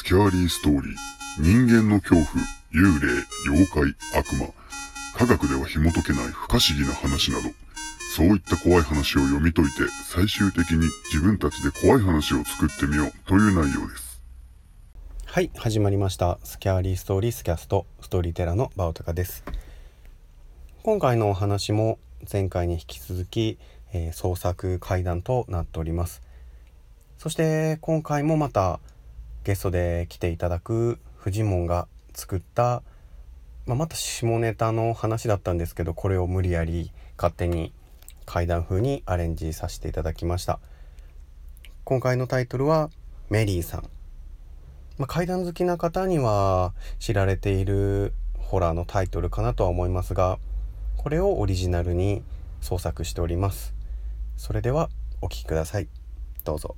スキャーリーストーリー、人間の恐怖、幽霊、妖怪、悪魔、科学では紐解けない不可思議な話など、そういった怖い話を読み解いて、最終的に自分たちで怖い話を作ってみようという内容です。 はい、始まりました。スキャーリーストーリースキャスト、ストーリーテラーのバオタカです。今回のお話も前回に引き続き、創作怪談となっております。そして今回もまたゲストで来ていただくフジモンが作った、また下ネタの話だったんですけど、これを無理やり勝手に怪談風にアレンジさせていただきました。今回のタイトルはメリーさん。怪談好きな方には知られているホラーのタイトルかなとは思いますが、これをオリジナルに創作しております。それではお聞きください。どうぞ。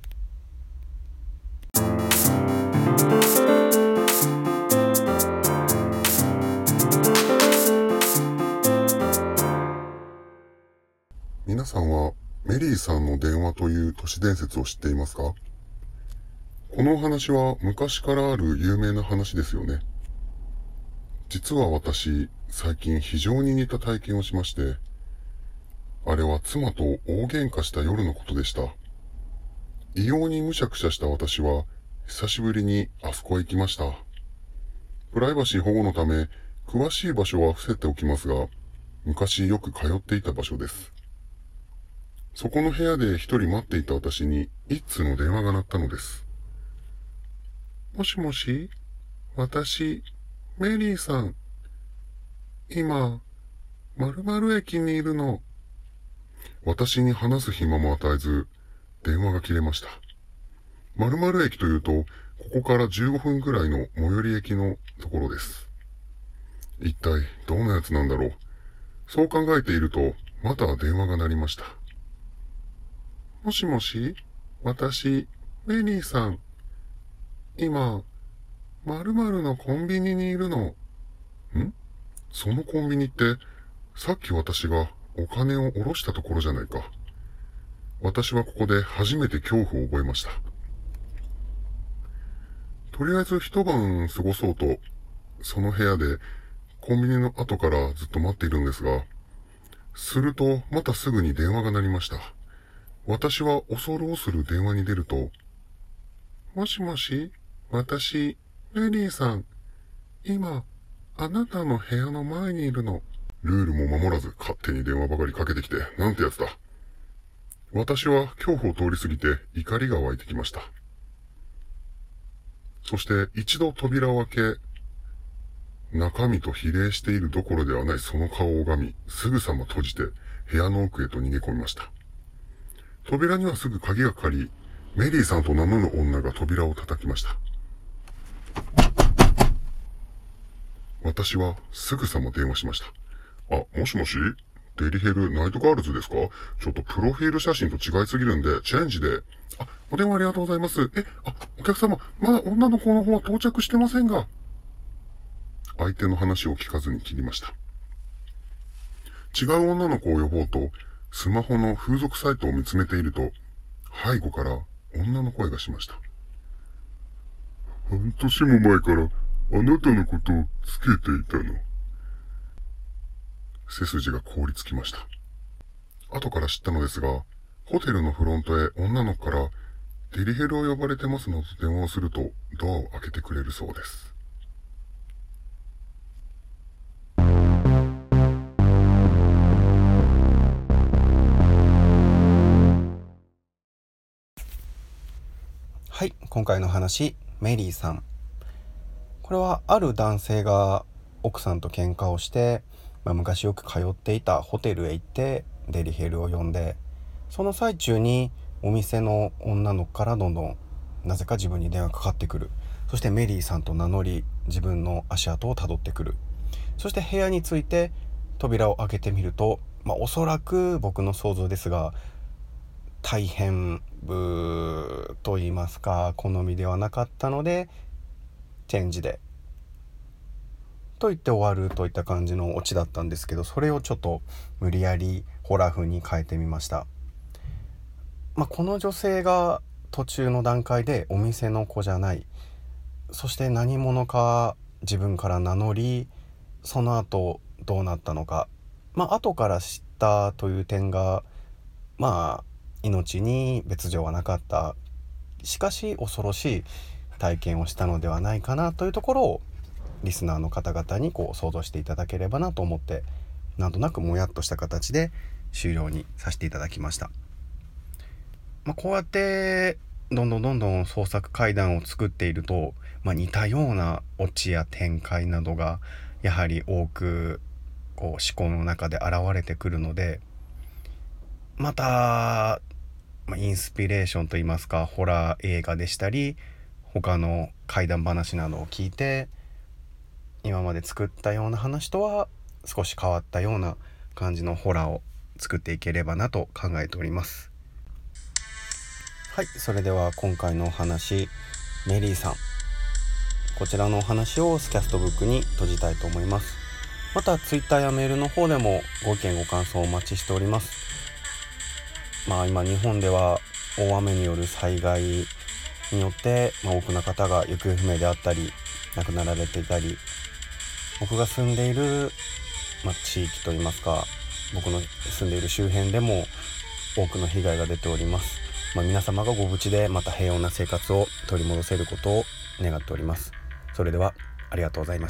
皆さんはメリーさんの電話という都市伝説を知っていますか？このお話は昔からある有名な話ですよね。実は私、最近非常に似た体験をしまして、あれは妻と大喧嘩した夜のことでした。異様にむしゃくしゃした私は、久しぶりにあそこへ行きました。プライバシー保護のため、詳しい場所は伏せておきますが、昔よく通っていた場所です。そこの部屋で一人待っていた私に、一通の電話が鳴ったのです。もしもし、私、メリーさん。今、〇〇駅にいるの。私に話す暇も与えず、電話が切れました。〇〇駅というと、ここから15分くらいの最寄り駅のところです。一体どんなやつなんだろう。そう考えていると、また電話が鳴りました。もしもし、私、メリーさん。今、〇〇のコンビニにいるの。そのコンビニって、さっき私がお金を下ろしたところじゃないか。私はここで初めて恐怖を覚えました。とりあえず一晩過ごそうと、その部屋でコンビニの後からずっと待っているんですが、するとまたすぐに電話が鳴りました。私は恐る恐る電話に出ると、もしもし、私、メリーさん。今、あなたの部屋の前にいるの。ルールも守らず勝手に電話ばかりかけてきて、なんてやつだ。私は恐怖を通り過ぎて怒りが湧いてきました。そして一度扉を開け、中身と比例しているどころではないその顔を拝み、すぐさま閉じて部屋の奥へと逃げ込みました。扉にはすぐ鍵がかかり、メリーさんと名乗る女が扉を叩きました。私はすぐさま電話しました。もしもし、デリヘルナイトガールズですか？ちょっとプロフィール写真と違いすぎるんで、チェンジで。お電話ありがとうございます。お客様、まだ女の子の方は到着してませんが。相手の話を聞かずに切りました。違う女の子を呼ぼうと、スマホの風俗サイトを見つめていると、背後から女の声がしました。半年も前からあなたのことをつけていたの。背筋が凍りつきました。後から知ったのですが、ホテルのフロントへ女の子からデリヘルを呼ばれてますのと電話をするとドアを開けてくれるそうです。 はい、今回の話、メリーさん。これはある男性が奥さんと喧嘩をして、昔よく通っていたホテルへ行ってデリヘルを呼んで、その最中にお店の女の子からどんどんなぜか自分に電話かかってくる。そしてメリーさんと名乗り、自分の足跡をたどってくる。そして部屋に着いて扉を開けてみると、おそらく僕の想像ですが、大変と言いますか、好みではなかったのでチェンジでと言って終わるといった感じのオチだったんですけど、それをちょっと無理やりホラー風に変えてみました。この女性が途中の段階でお店の子じゃない、 そして何者か自分から名乗り、その後どうなったのか、後から知ったという点が命に別状はなかった、しかし恐ろしい体験をしたのではないかなというところをリスナーの方々に想像していただければなと思って、なんとなくもやっとした形で終了にさせていただきました。こうやってどんどん創作怪談を作っていると、似たようなオチや展開などがやはり多く思考の中で現れてくるので、また、インスピレーションといいますか、ホラー映画でしたり他の怪談話などを聞いて、今まで作ったような話とは少し変わったような感じのホラーを作っていければなと考えております。はい、それでは今回のお話、メリーさん、こちらのお話をスキャストブックに閉じたいと思います。またツイッターやメールの方でもご意見ご感想をお待ちしております。今日本では大雨による災害によって、多くの方が行方不明であったり亡くなられていたり、僕が住んでいる、地域といいますか、僕の住んでいる周辺でも多くの被害が出ております。皆様がご無事でまた平穏な生活を取り戻せることを願っております。それではありがとうございました。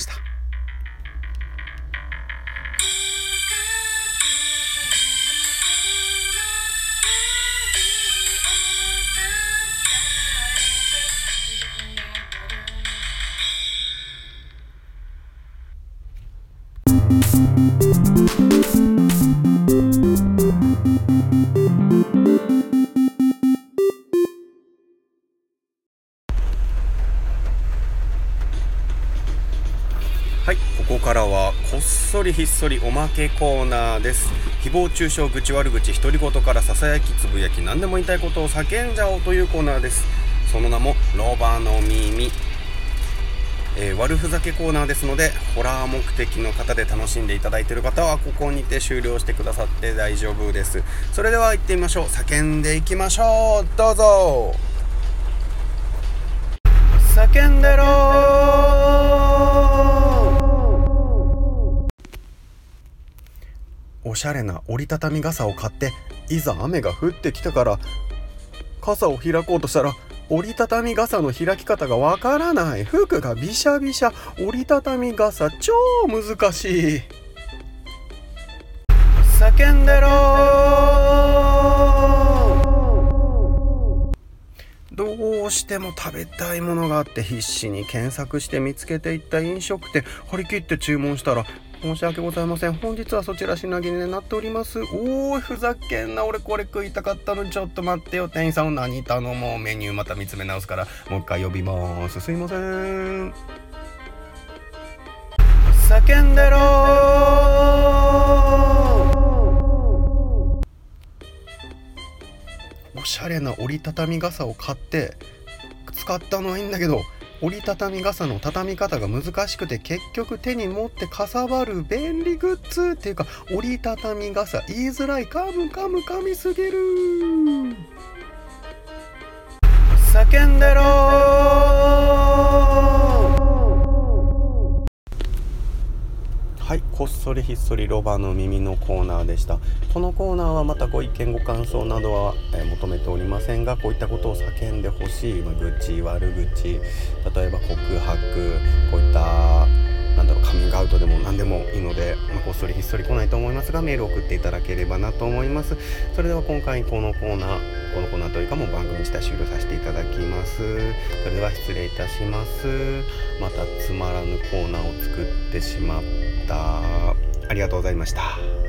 はい、ここからはこっそりひっそりおまけコーナーです。誹謗中傷、愚痴悪口、独り言からささやきつぶやき、何でも言いたいことを叫んじゃおうというコーナーです。その名もロバの耳、悪ふざけコーナーですので、ホラー目的の方で楽しんでいただいている方はここにて終了してくださって大丈夫です。それでは行ってみましょう。叫んでいきましょう。どうぞ叫んでろー。おしゃれな折りたたみ傘を買って、いざ雨が降ってきたから傘を開こうとしたら、折りたたみ傘の開き方がわからない、服がびしゃびしゃ、折りたたみ傘超難しい。叫んでろー。どうしても食べたいものがあって必死に検索して見つけていった飲食店、張り切って注文したら、申し訳ございません、本日はそちら品切れになっております。おーい、ふざけんな、俺これ食いたかったのに。ちょっと待ってよ、店員さん、何頼もう。メニューまた見つめ直すからもう一回呼びます。すいません。叫んでろー。おしゃれな折りたたみ傘を買って使ったのはいいんだけど、折りたたみ傘の畳み方が難しくて、結局手に持ってかさばる便利グッズっていうか、折りたたみ傘言いづらい、噛みすぎる。叫んでろー。はい、こっそりひっそりロバの耳のコーナーでした。このコーナーはまたご意見ご感想などは、求めておりませんが、こういったことを叫んでほしい、愚痴悪口、例えば告白、こういったカミングアウトでも何でもいいので、こっそりひっそり来ないと思いますが、メールを送っていただければなと思います。それでは今回このコーナーというかもう番組自体終了させていただきます。それでは失礼いたします。またつまらぬコーナーを作ってしまった。ありがとうございました。